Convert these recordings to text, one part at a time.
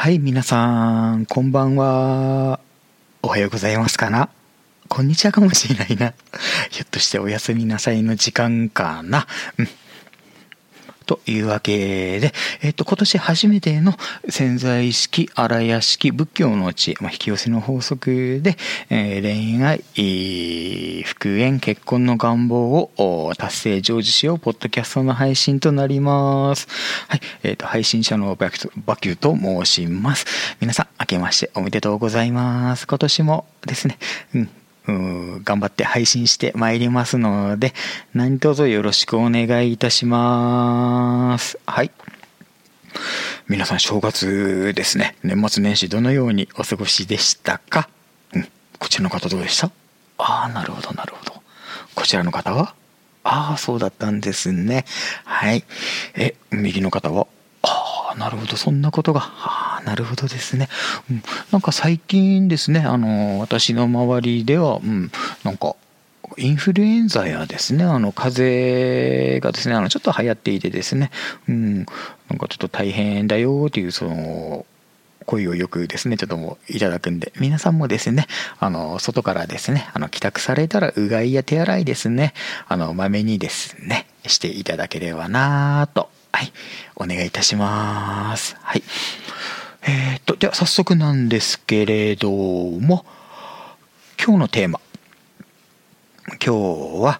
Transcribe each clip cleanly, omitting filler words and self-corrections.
はい、皆さん、こんばんは。おはようございますかな。こんにちはかもしれないな。ひょっとしてお休みなさいの時間かな。というわけで、今年初めての潜在意識、荒屋敷、仏教の知恵、引き寄せの法則で、恋愛、復縁、結婚の願望を達成成就しよう、ポッドキャストの配信となります。はい、配信者のバキューと申します。皆さん、明けましておめでとうございます。今年もですね、頑張って配信してまいりますので、何卒よろしくお願いいたします。はい。皆さん正月ですね。年末年始どのようにお過ごしでしたか？こちらの方どうでした？なるほど。こちらの方は？そうだったんですね。はい。右の方は？なるほど、そんなことが。なるほどですね。なんか最近ですね、私の周りでは、なんか、インフルエンザやですね、風邪がですね、ちょっと流行っていてですね、なんかちょっと大変だよという、声をよくですね、ちょっともういただくんで、皆さんもですね、外からですね、帰宅されたら、うがいや手洗いですね、まめにですね、していただければなと、はい、お願いいたします。はい。では早速なんですけれども、今日のテーマ。今日は、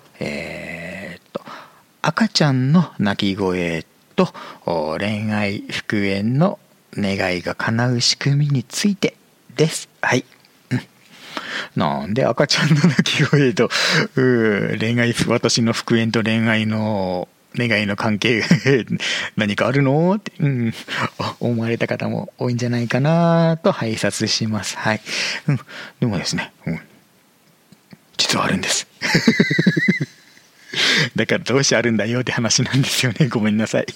赤ちゃんの泣き声と恋愛復縁の願いが叶う仕組みについてです。はい。なんで赤ちゃんの泣き声と私の復縁と恋愛の願いの関係何かあるのって、思われた方も多いんじゃないかなと拝察します。はい。でもですね、実はあるんですだからどうしてあるんだよって話なんですよね。ごめんなさい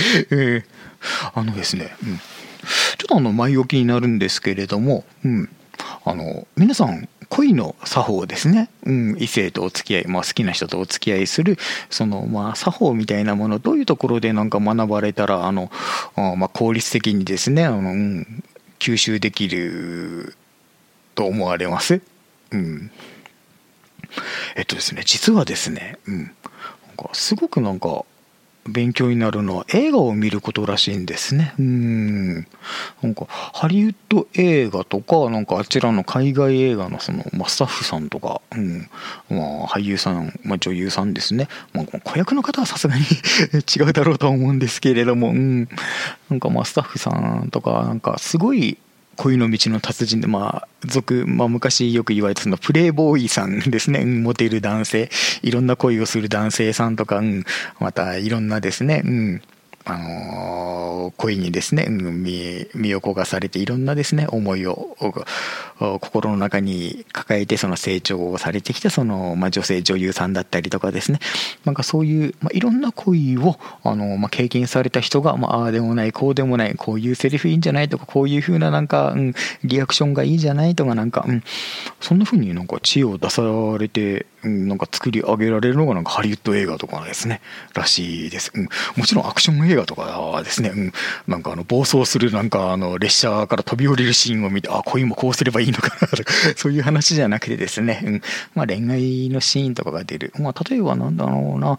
ですね、ちょっと前置きになるんですけれども、皆さん恋の作法ですね、異性とお付き合い、好きな人とお付き合いする作法みたいなもの、どういうところでなんか学ばれたら効率的にですね吸収できると思われます？ですね、実はですね、なんかすごくなんか勉強になるのは映画を見ることらしいんですね。なんかハリウッド映画とか、なんかあちらの海外映画のスタッフさんとか、俳優さん、女優さんですね。子役の方はさすがに違うだろうとは思うんですけれども、なんかスタッフさんとか、なんかすごい恋の道の達人で、昔よく言われたプレイボーイさんですね、モテる男性、いろんな恋をする男性さんとか、またいろんなですね、恋にですね、身を焦がされていろんなですね思いを心の中に抱えて成長をされてきた女性女優さんだったりとかですね、なんかそういう、いろんな恋を経験された人が、ああでもないこうでもない、こういうセリフいいんじゃないとか、こういう風ななんか、リアクションがいいじゃないとか、なんか、そんな風になんか知恵を出されて、なんか作り上げられるのがなんかハリウッド映画とかですねらしいです。もちろんアクション映画とかはですね、なんか暴走するなんか列車から飛び降りるシーンを見て、恋もこうすればいいのかなとかそういう話じゃなくてですね、恋愛のシーンとかが出る、例えばなんだろうな、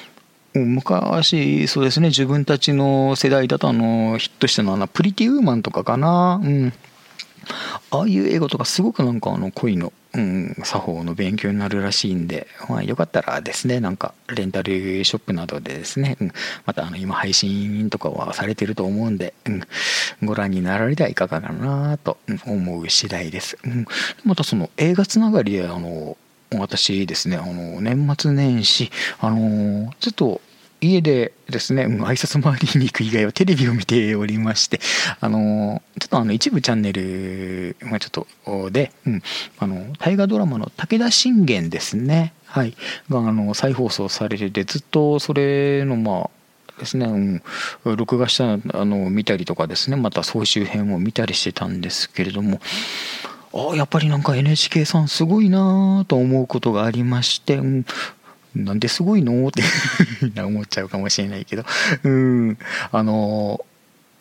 昔そうですね、自分たちの世代だとヒットしたのはプリティウーマンとかかな、ああいう映画とかすごくなんか恋の、作法の勉強になるらしいんで、よかったらですね、なんかレンタルショップなどでですね、また今配信とかはされてると思うんで、ご覧になられてはいかがかなと思う次第です。また映画つながりで私ですね、年末年始ちょっと家でですね、挨拶回りに行く以外はテレビを見ておりまして、ちょっと一部チャンネル、ちょっとで、大河ドラマの武田信玄ですね、はい、が再放送されてて、ずっとそれのですね、録画した見たりとかですね、また総集編を見たりしてたんですけれども、やっぱりなんか NHK さんすごいなと思うことがありまして、なんですごいのって思っちゃうかもしれないけど、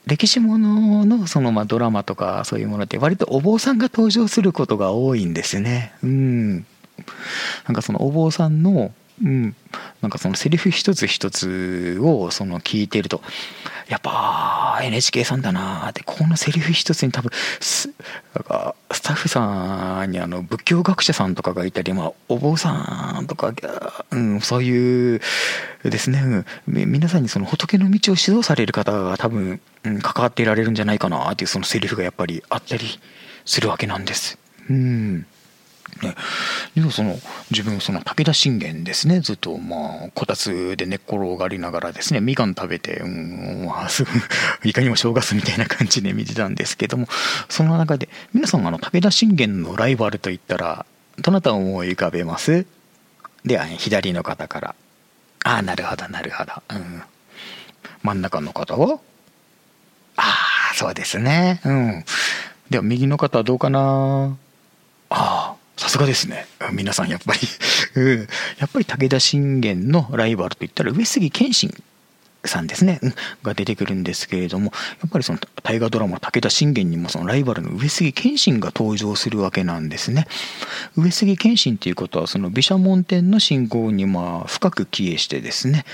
歴史もののドラマとかそういうものって割とお坊さんが登場することが多いんですね。なんかそのお坊さんの、なんかそのセリフ一つ一つを聞いてると、やっぱ NHK さんだなって、このセリフ一つに多分なんかスタッフさんに仏教学者さんとかがいたり、お坊さんとか、そういうですね、皆さんにその仏の道を指導される方が多分、関わっていられるんじゃないかなっていうそのセリフがやっぱりあったりするわけなんです。ね、でも自分武田信玄ですね、ずっとこたつで寝っ転がりながらですね、みかん食べて、すぐいかにも正月みたいな感じで見てたんですけども、その中で皆さん武田信玄のライバルといったらどなたを思い浮かべます？では、左の方から。なるほどなるほど。真ん中の方はそうですね。では右の方はどうかな。さすがですね。皆さんやっぱりやっぱり武田信玄のライバルといったら上杉謙信さんですね、が出てくるんですけれども、やっぱり大河ドラマ武田信玄にもライバルの上杉謙信が登場するわけなんですね。上杉謙信ということは毘沙門天の信仰に深く帰依してですね、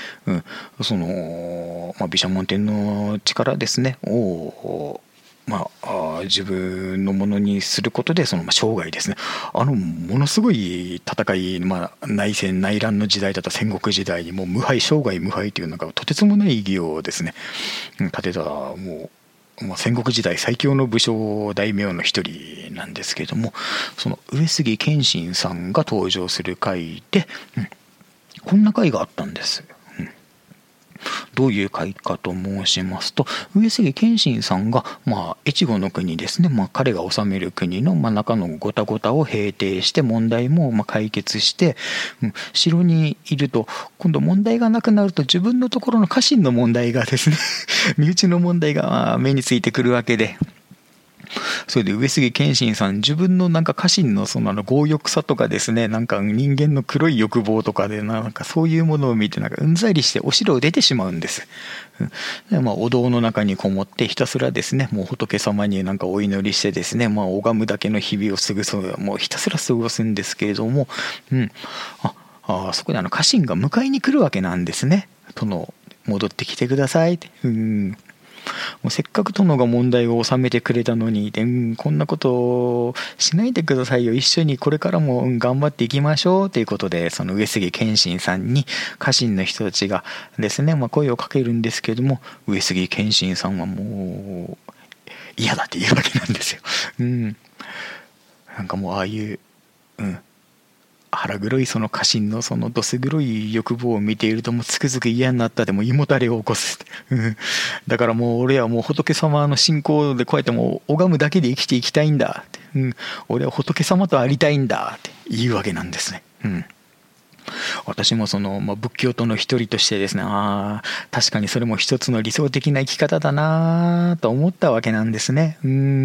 毘沙門天の力ですねを自分のものにすることで生涯ですね、ものすごい戦い、内戦内乱の時代だった戦国時代にもう生涯無敗というとてつもない義をですね立てた、もう戦国時代最強の武将大名の一人なんですけれども、その上杉謙信さんが登場する回で、こんな回があったんです。どういう回かと申しますと、上杉謙信さんが越後の国ですね、彼が治める国の中のごたごたを平定して問題も解決して、城にいると今度問題がなくなると自分のところの家臣の問題がですね身内の問題が目についてくるわけで、それで上杉謙信さん、自分の家臣の強欲さとかですね、人間の黒い欲望とかでそういうものを見てうんざりしてお城を出てしまうんです。でお堂の中にこもってひたすらですね、もう仏様にお祈りしてですね、拝むだけの日々を過ごす、もうひたすら過ごすんですけれども、そこで家臣が迎えに来るわけなんですね。殿、戻ってきてくださいって。もうせっかく殿が問題を収めてくれたのに、こんなことしないでくださいよ、一緒にこれからも頑張っていきましょうということで、上杉謙信さんに家臣の人たちがですね、声をかけるんですけれども、上杉謙信さんはもう嫌だって言うわけなんですよ。もうああいう、腹黒い家臣のどす黒い欲望を見ているともうつくづく嫌になった、でも胃もたれを起こすだからもう俺はもう仏様の信仰でこうやってもう拝むだけで生きていきたいんだって、俺は仏様とありたいんだって言うわけなんですね。私も仏教徒の一人としてですね、確かにそれも一つの理想的な生き方だなと思ったわけなんですね。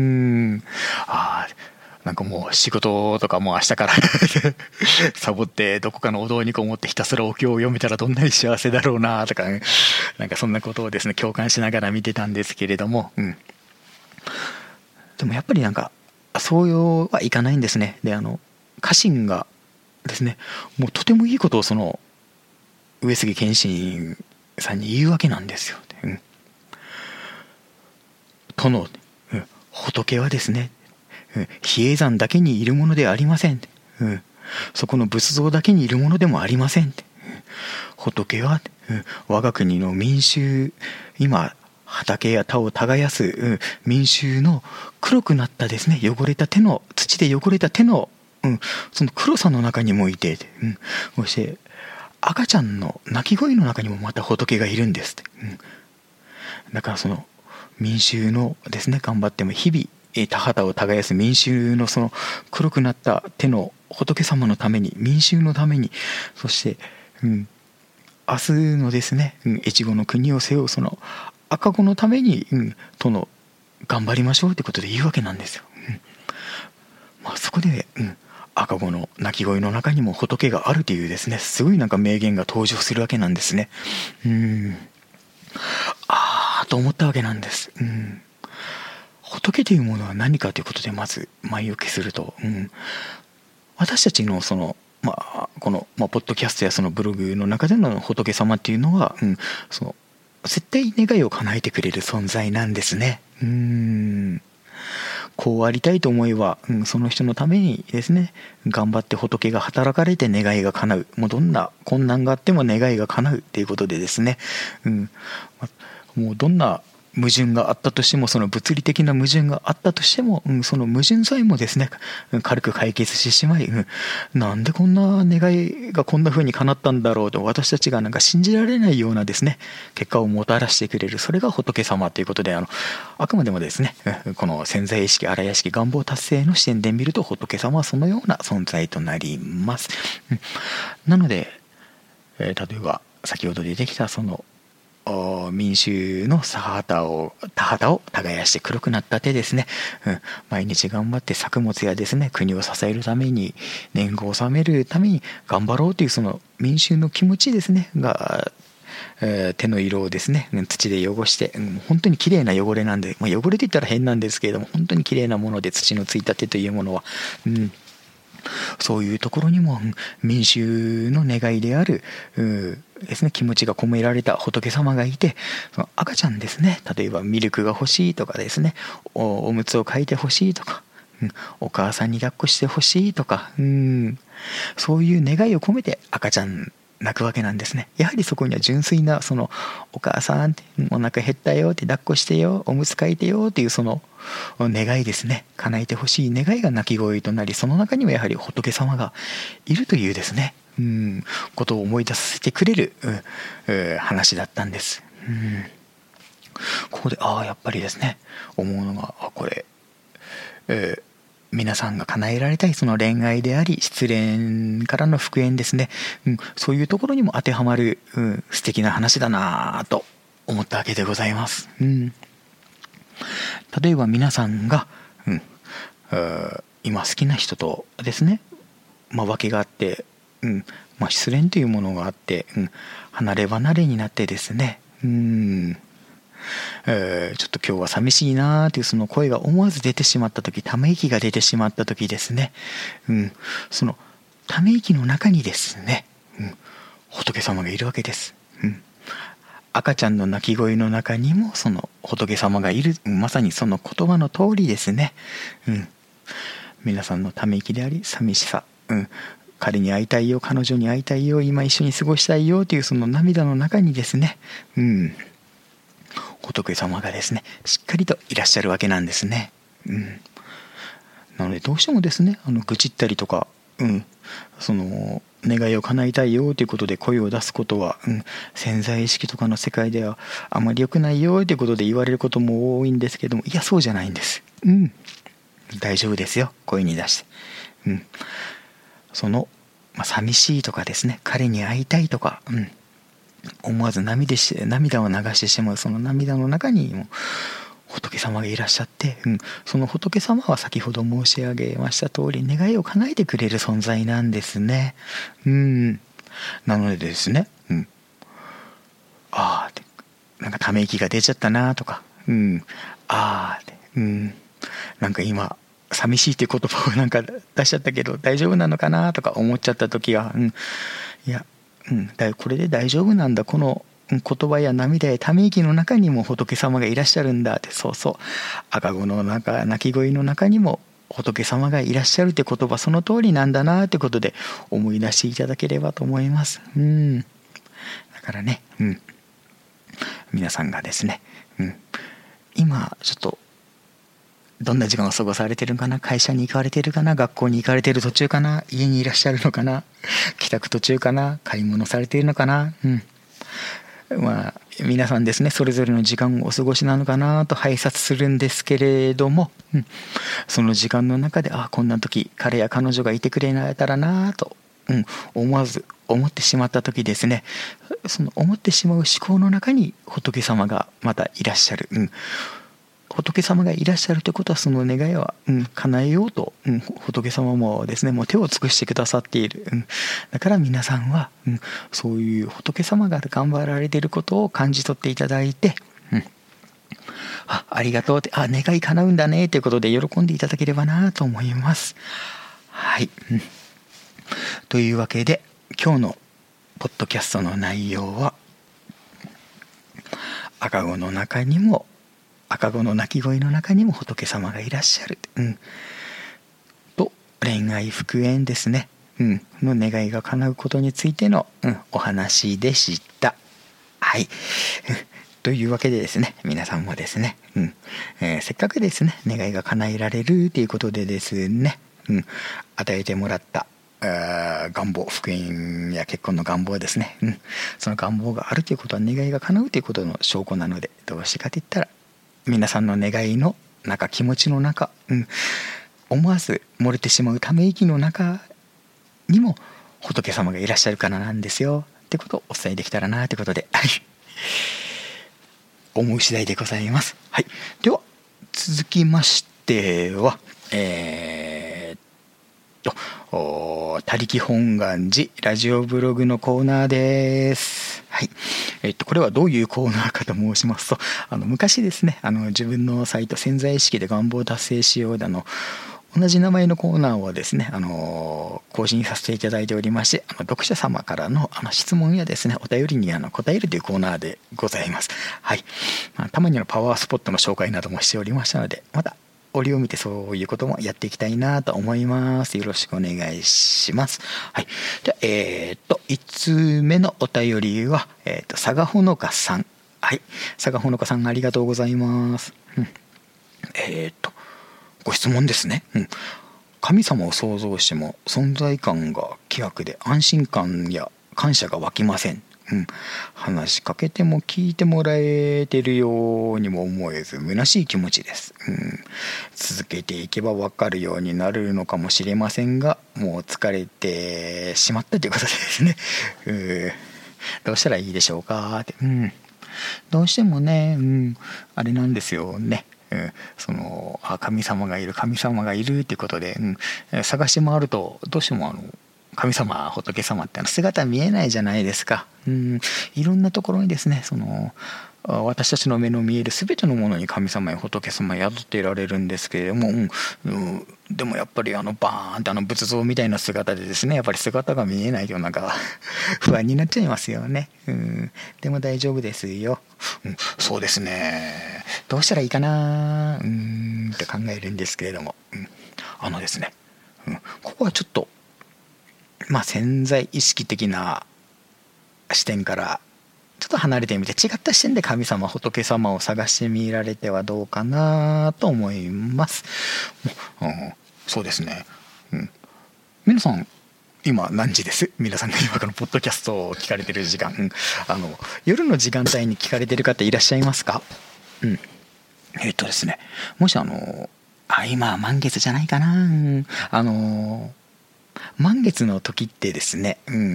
もう仕事とかもう明日からサボってどこかのお堂にこもってひたすらお経を読めたらどんなに幸せだろうなとか、そんなことをですね共感しながら見てたんですけれども、でもやっぱりそうはいかないんですね。で家臣がですね、もうとてもいいことを上杉謙信さんに言うわけなんですよ。殿、仏はですね、比叡山だけにいるものではありません。そこの仏像だけにいるものでもありません。仏は、我が国の民衆、今畑や田を耕す、民衆の黒くなったですね、汚れた手の土で汚れた手の、その黒さの中にもいて、そして赤ちゃんの泣き声の中にもまた仏がいるんです。だから民衆のですね、頑張っても日々田畑を耕す民衆の黒くなった手の仏様のために、民衆のために、そして、明日のですね、越後の国を背負う赤子のために、殿頑張りましょうということで言うわけなんですよ。そこで、赤子の泣き声の中にも仏があるというですね、すごい名言が登場するわけなんですね。 と思ったわけなんです。仏というものは何かということでまず前置きすると、私たちのこの、ポッドキャストやそのブログの中での仏様っていうのは、その絶対願いを叶えてくれる存在なんですね。こうありたいと思えば、その人のためにですね、頑張って仏が働かれて願いが叶う。もうどんな困難があっても願いが叶うっていうことでですね、もうどんな矛盾があったとしても、その物理的な矛盾があったとしても、その矛盾さえもですね、軽く解決してしまい、なんでこんな願いがこんな風に叶ったんだろうと、私たちがなんか信じられないようなですね、結果をもたらしてくれる、それが仏様ということで、あくまでもですね、この潜在意識、荒屋敷、願望達成の視点で見ると、仏様はそのような存在となります。なので、例えば先ほど出てきたその民衆の田畑を耕して黒くなった手ですね、毎日頑張って作物やですね、国を支えるために、年貢を納めるために頑張ろうというその民衆の気持ちですねが、手の色をですね土で汚して、本当に綺麗な汚れなんで、汚れと言ったら変なんですけれども、本当に綺麗なもので、土のついた手というものは、そういうところにも民衆の願いであるですね、気持ちが込められた仏様がいて、その赤ちゃんですね、例えばミルクが欲しいとかですね、おむつを替えて欲しいとか、お母さんに抱っこして欲しいとか、そういう願いを込めて赤ちゃん泣くわけなんですね。やはりそこには純粋な、そのお母さんってお腹減ったよって、抱っこしてよ、おむつ替えてよっていうその願いですね、叶えてほしい願いが泣き声となり、その中にはやはり仏様がいるというですね、ことを思い出させてくれる話だったんです。ここでやっぱりですね、思うのが、これ、皆さんが叶えられたいその恋愛であり、失恋からの復縁ですね、そういうところにも当てはまる、素敵な話だなと思ったわけでございます。例えば皆さんが、今好きな人とですね、訳があって、失恋というものがあって、離れ離れになってですね、ちょっと今日は寂しいなというその声が思わず出てしまった時、ため息が出てしまった時ですね、そのため息の中にですね、仏様がいるわけです。赤ちゃんの泣き声の中にもその仏様がいる、まさにその言葉の通りですね。皆さんのため息であり、寂しさ、彼に会いたいよ、彼女に会いたいよ、今一緒に過ごしたいよというその涙の中にですね、仏様がですね、しっかりといらっしゃるわけなんですね。なのでどうしてもですね、愚痴ったりとか、その願いを叶えたいよということで声を出すことは、潜在意識とかの世界ではあまり良くないよということで言われることも多いんですけども、いやそうじゃないんです。大丈夫ですよ、声に出して。その、寂しいとかですね、彼に会いたいとか、思わず涙を流してしまう、その涙の中にも仏様がいらっしゃって、その仏様は先ほど申し上げました通り、願いを叶えてくれる存在なんですね。なのでですね、なんかため息が出ちゃったなとか、なんか今寂しいっていう言葉をなんか出しちゃったけど大丈夫なのかなとか思っちゃった時は、これで大丈夫なんだ、この言葉や涙やため息の中にも仏様がいらっしゃるんだって、赤子の中、泣き声の中にも仏様がいらっしゃるって言葉、その通りなんだなってことで思い出していただければと思います。だからね、皆さんがですね、今ちょっとどんな時間を過ごされてるかな、会社に行かれてるかな、学校に行かれてる途中かな、家にいらっしゃるのかな、帰宅途中かな、買い物されているのかな、皆さんですね、それぞれの時間をお過ごしなのかなと拝察するんですけれども、その時間の中でこんな時彼や彼女がいてくれたらなと、思わず思ってしまった時ですね、その思ってしまう思考の中に仏様がまたいらっしゃる。仏様がいらっしゃるということは、その願いは、叶えようと、仏様もですね、もう手を尽くしてくださっている。だから皆さんは、そういう仏様が頑張られていることを感じ取っていただいて、 ありがとうって、願い叶うんだねということで喜んでいただければなと思います。はい、というわけで今日のポッドキャストの内容は、赤子の泣き声の中にも仏様がいらっしゃる、と恋愛復縁ですね、の願いが叶うことについての、お話でした。はい、というわけでですね、皆さんもですね、せっかくですね願いが叶えられるということでですね、与えてもらった願望、復縁や結婚の願望ですね、その願望があるということは願いが叶うということの証拠なので、どうしてかといったら皆さんの願いの中、気持ちの中、思わず漏れてしまうため息の中にも仏様がいらっしゃるからなんですよってことをお伝えできたらなということで思う次第でございます。はい、では続きましては他力本願寺ラジオブログのコーナーです。はい、これはどういうコーナーかと申しますと、昔ですね、自分のサイト潜在意識で願望を達成しようだの同じ名前のコーナーをですね、更新させていただいておりまして、読者様からの質問やですね、お便りに答えるというコーナーでございます。はい、たまにのパワースポットの紹介などもしておりましたので、また折を見てそういうこともやっていきたいなと思います。よろしくお願いします。はい。じゃあ、1通目のお便りは、佐賀ほのかさん。はい。佐賀ほのかさん、ありがとうございます。ご質問ですね。神様を想像しても存在感が希薄で安心感や感謝が湧きません。話しかけても聞いてもらえてるようにも思えず虚しい気持ちです。続けていけば分かるようになるのかもしれませんが、もう疲れてしまったということでですね、どうしたらいいでしょうかって、どうしてもね、あれなんですよね。神様がいるっていうことで、探して回るとどうしても神様、仏様って姿見えないじゃないですか。いろんなところにですね、私たちの目の見える全てのものに神様や仏様宿っていられるんですけれども、でもやっぱりバーンって仏像みたいな姿でですね、やっぱり姿が見えないとなんか不安になっちゃいますよね。でも大丈夫ですよ。そうですね、どうしたらいいかなって考えるんですけれども、ですね、ここはちょっと潜在意識的な視点からちょっと離れてみて、違った視点で神様、仏様を探してみられてはどうかなと思います。そうですね、皆さん今何時です？皆さんが今このポッドキャストを聞かれてる時間、夜の時間帯に聞かれてる方いらっしゃいますか？ですね、もし今満月じゃないかな、満月の時ってですね、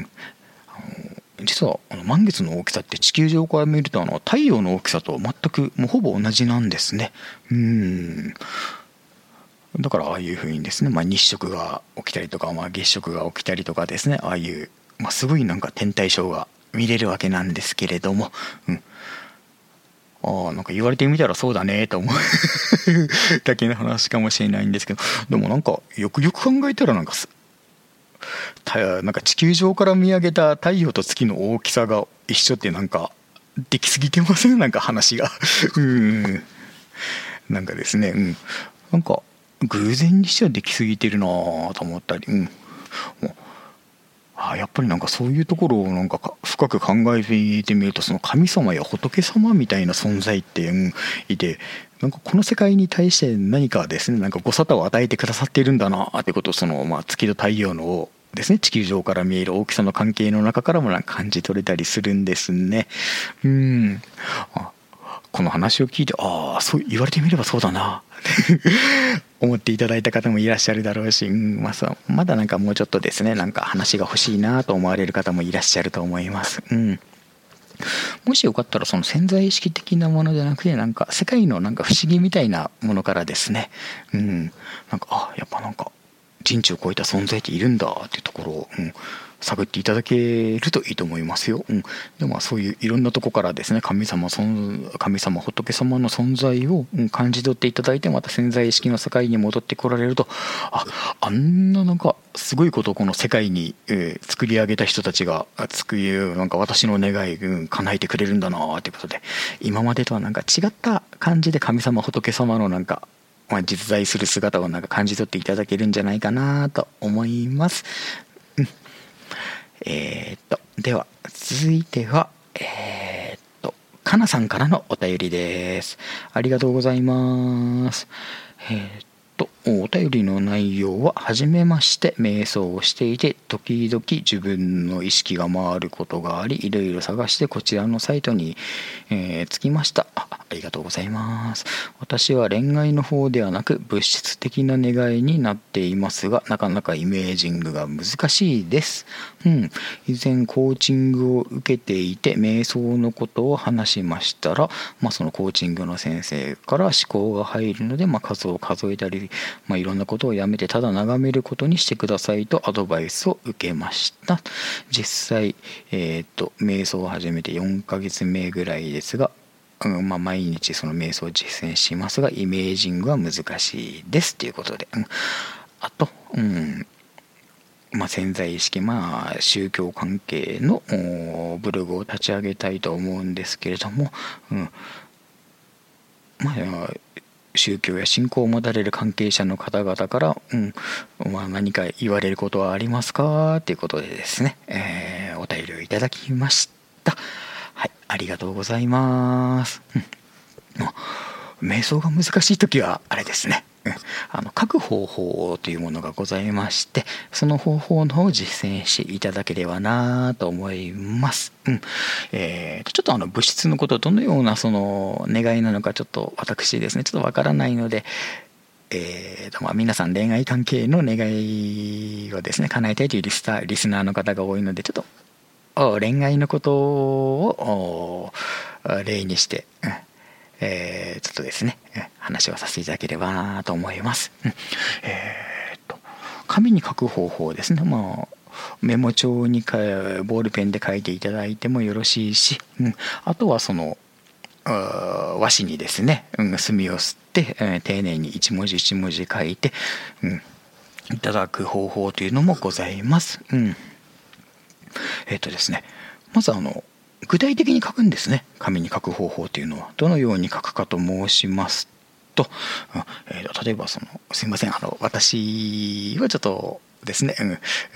実は満月の大きさって地球上から見ると太陽の大きさと全くもうほぼ同じなんですね。だからああいうふうにですね、日食が起きたりとか、月食が起きたりとかですね、ああいう、すごいなんか天体ショーが見れるわけなんですけれども、なんか言われてみたらそうだねと思うだけの話かもしれないんですけど、でもなんかよくよく考えたらなんか地球上から見上げた太陽と月の大きさが一緒ってなんかできすぎてません？なんか話がなんかですね、なんか偶然にしてはできすぎてるなと思ったり、やっぱりなんかそういうところをなんか深く考えてみると、その神様や仏様みたいな存在って、いて、なんかこの世界に対して何かですね、なんかご沙汰を与えてくださっているんだなってことを月と太陽のですね、地球上から見える大きさの関係の中からもなんか感じ取れたりするんですね。この話を聞いて、そう言われてみればそうだな思っていただいた方もいらっしゃるだろうし、まだなんかもうちょっとですね、なんか話が欲しいなと思われる方もいらっしゃると思います。もしよかったらその潜在意識的なものじゃなくて、なんか世界のなんか不思議みたいなものからですね、なんかやっぱなんか人知を超えた存在っているんだっていうところを、 探っていただけるといいと思いますよ。でそういういろんなとこからですね、神様仏様の存在を感じ取っていただいて、また潜在意識の世界に戻ってこられると、あんななんかすごいことをこの世界に、作り上げた人たちがなんか私の願い、叶えてくれるんだなということで、今までとはなんか違った感じで神様仏様のなんか、実在する姿をなんか感じ取っていただけるんじゃないかなと思います。では続いてはかなさんからのお便りです。ありがとうございます。お便りの内容は、はじめまして瞑想をしていて時々自分の意識が回ることがあり、いろいろ探してこちらのサイトに、着きました。ありがとうございます。私は恋愛の方ではなく物質的な願いになっていますが、なかなかイメージングが難しいです。以前コーチングを受けていて瞑想のことを話しましたら、そのコーチングの先生から思考が入るので、数を数えたり、いろんなことをやめてただ眺めることにしてくださいとアドバイスを受けました。実際、瞑想を始めて4ヶ月目ぐらいですが、毎日その瞑想を実践しますが、イメージングは難しいですということで、あと、潜在意識、宗教関係のブログを立ち上げたいと思うんですけれども、宗教や信仰を持たれる関係者の方々から、何か言われることはありますかということでですね、お便りをいただきました。はい、ありがとうございます。瞑想が難しいときはあれですね、書く方法というものがございまして、その方法の方を実践していただければなと思います。ちょっと物質のことどのようなその願いなのかちょっと私ですねちょっとわからないので、皆さん恋愛関係の願いをですね叶えたいというリスナーの方が多いので、ちょっと恋愛のことを例にして、ちょっとですね話をさせていただければなと思います。紙に書く方法ですね。メモ帳にボールペンで書いていただいてもよろしいし、あとはその和紙にですね、墨を吸って、丁寧に一文字一文字書いて、いただく方法というのもございます。ですね、まず具体的に書くんですね。紙に書く方法というのはどのように書くかと申しますと、例えばすいません、私はちょっとですね、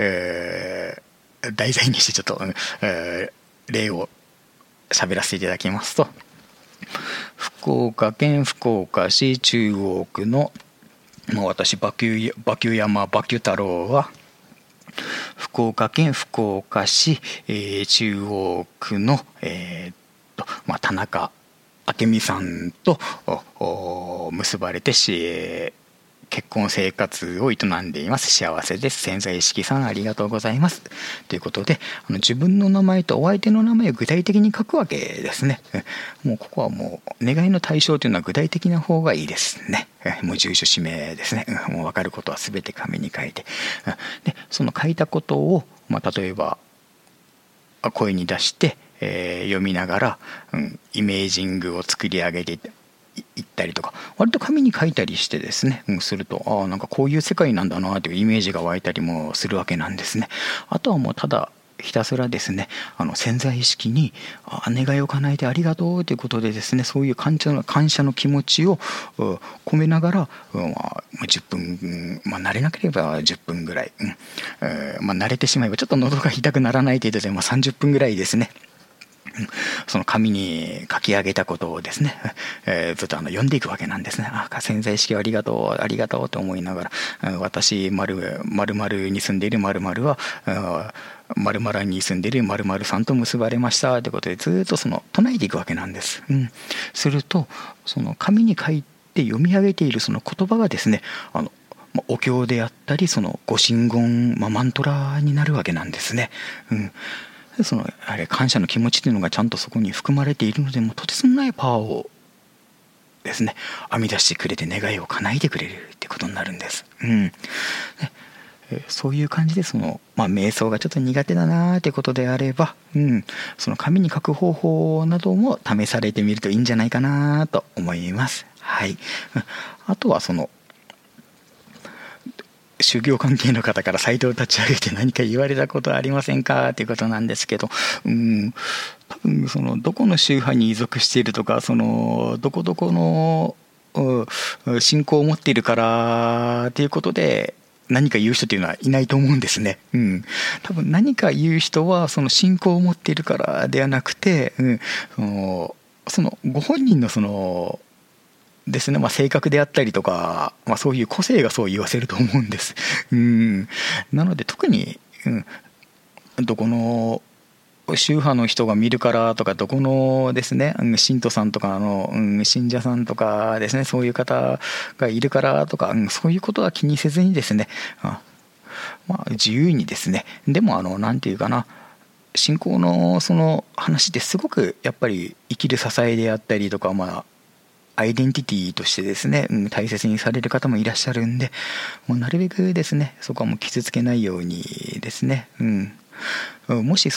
題材にしてちょっと、例を喋らせていただきますと、福岡県福岡市中央区の、私バキュ山バキュ太郎は福岡県福岡市、中央区の、田中明美さんと結ばれて結婚生活を営んでいます。幸せです。潜在意識さんありがとうございます。ということで、自分の名前とお相手の名前を具体的に書くわけですね。もうここはもう願いの対象というのは具体的な方がいいですね。もう住所氏名ですね。もう分かることは全て紙に書いて、でその書いたことを、例えば声に出して、読みながら、イメージングを作り上げていったりとか、割と紙に書いたりしてですね、するとなんかこういう世界なんだなというイメージが湧いたりもするわけなんですね。あとはもうただひたすらですね、潜在意識に願いを叶えてありがとうということでですね、そういう感謝の気持ちを込めながら、10分、慣れなければ10分ぐらい、慣れてしまえばちょっと喉が痛くならない程度で、30分ぐらいですね、その紙に書き上げたことをですね、ずっと読んでいくわけなんですね。潜在意識ありがとうありがとうと思いながら、私〇〇に住んでいる〇〇は〇〇に住んでいる〇〇さんと結ばれましたということで、ずっと唱えていくわけなんです。するとその紙に書いて読み上げているその言葉がですね、お経であったりその御神言、マントラになるわけなんですね。あれ感謝の気持ちというのがちゃんとそこに含まれているので、もうとてつもないパワーをですね編み出してくれて願いを叶えてくれるってことになるんです。 そういう感じで瞑想がちょっと苦手だなということであれば、その紙に書く方法なども試されてみるといいんじゃないかなと思います。はい。あとは宗教関係の方からサイトを立ち上げて何か言われたことはありませんかということなんですけど、多分どこの宗派に依属しているとか、どこどこの信仰を持っているからということで何か言う人というのはいないと思うんですね。多分何か言う人はその信仰を持っているからではなくて、ご本人のですね、性格であったりとか、そういう個性がそう言わせると思うんです。なので特に、どこの宗派の人が見るからとか、どこのですね信徒さんとか信者さんとかですね、そういう方がいるからとか、そういうことは気にせずにですね、自由にですね、でもなんていうかな、信仰の話ってすごくやっぱり生きる支えであったりとか、アイデンティティとしてですね、大切にされる方もいらっしゃるんで、もうなるべくですね、そこはもう傷つけないようにですね、もし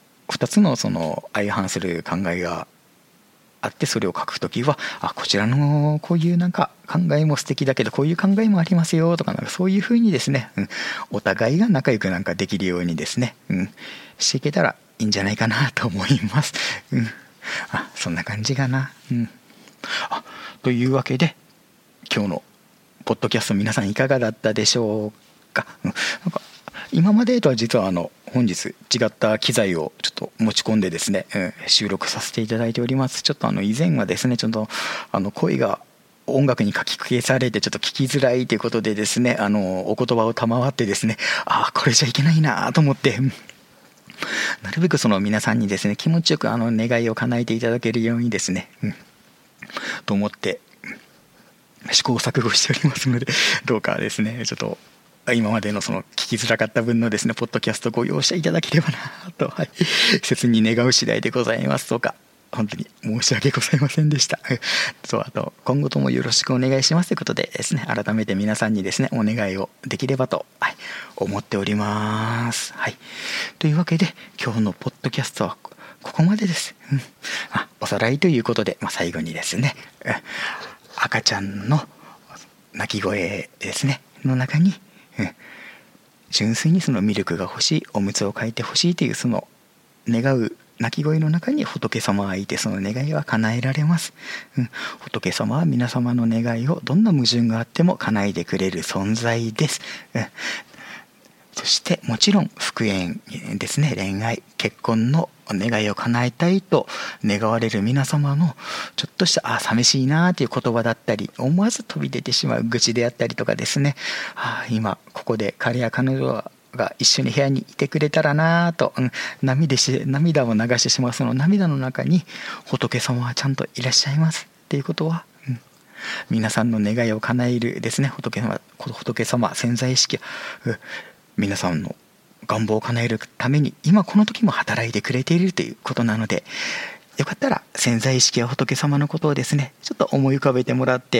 2つの相反する考えがあって、それを書くときは、こちらのこういう考えも素敵だけど、こういう考えもありますよとか、そういうふうにですね、お互いが仲良くできるようにですね、していけたらいいんじゃないかなと思います。そんな感じかな。というわけで今日のポッドキャスト、皆さんいかがだったでしょうか。今までとは実は本日違った機材をちょっと持ち込んでですね、収録させていただいております。ちょっと以前はですね、ちょっと声が音楽に書き消されてちょっと聞きづらいということでですね、お言葉を賜ってですね、これじゃいけないなと思ってなるべく皆さんにですね、気持ちよく願いを叶えていただけるようにですね、と思って試行錯誤しておりますので、どうかですね、ちょっと今までの聞きづらかった分のですねポッドキャストご容赦いただければなと、切に願う次第でございます。どうか本当に申し訳ございませんでした。あと今後ともよろしくお願いしますということでですね、改めて皆さんにですねお願いをできればと、思っております。というわけで今日のポッドキャストはここまでです。おさらいということで、最後にですね、赤ちゃんの泣き声ですねの中に、純粋にミルクが欲しい、おむつを替えて欲しいという願う泣き声の中に仏様がいて、その願いは叶えられます。仏様は皆様の願いをどんな矛盾があっても叶えてくれる存在です。そしてもちろん復縁ですね、恋愛結婚の願いを叶えたいと願われる皆様のちょっとした寂しいなという言葉だったり、思わず飛び出てしまう愚痴であったりとかですね、今ここで彼や彼女が一緒に部屋にいてくれたらなと、涙を流してしまうその涙の中に仏様はちゃんといらっしゃいますっていうことは、皆さんの願いを叶えるですね仏様潜在意識、皆さんの願望を叶えるために今この時も働いてくれているということなので、よかったら潜在意識や仏様のことをですねちょっと思い浮かべてもらって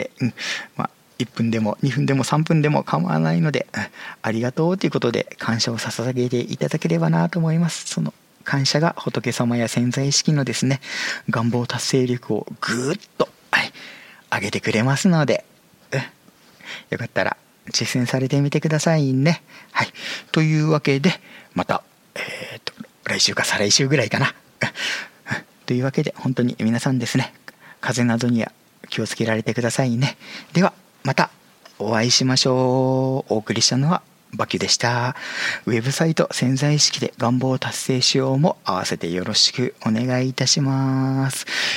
、1分でも2分でも3分でも構わないので、ありがとうということで感謝を捧げていただければなと思います。その感謝が仏様や潜在意識のですね願望達成力をぐーっと、上げてくれますので、よかったら実践されてみてくださいね。というわけでまた、来週か再来週ぐらいかなというわけで本当に皆さんですね、風邪などには気をつけられてくださいね。ではまたお会いしましょう。お送りしたのはバキュでした。ウェブサイト潜在意識で願望を達成しようも合わせてよろしくお願いいたします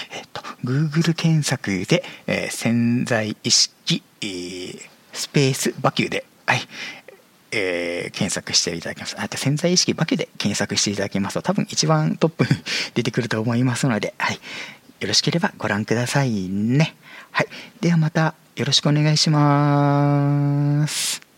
。Google 検索で、潜在意識、スペースバキュで、検索していただきます。潜在意識バキュで検索していただきますと多分一番トップに出てくると思いますので、よろしければご覧くださいね。ではまたよろしくお願いします。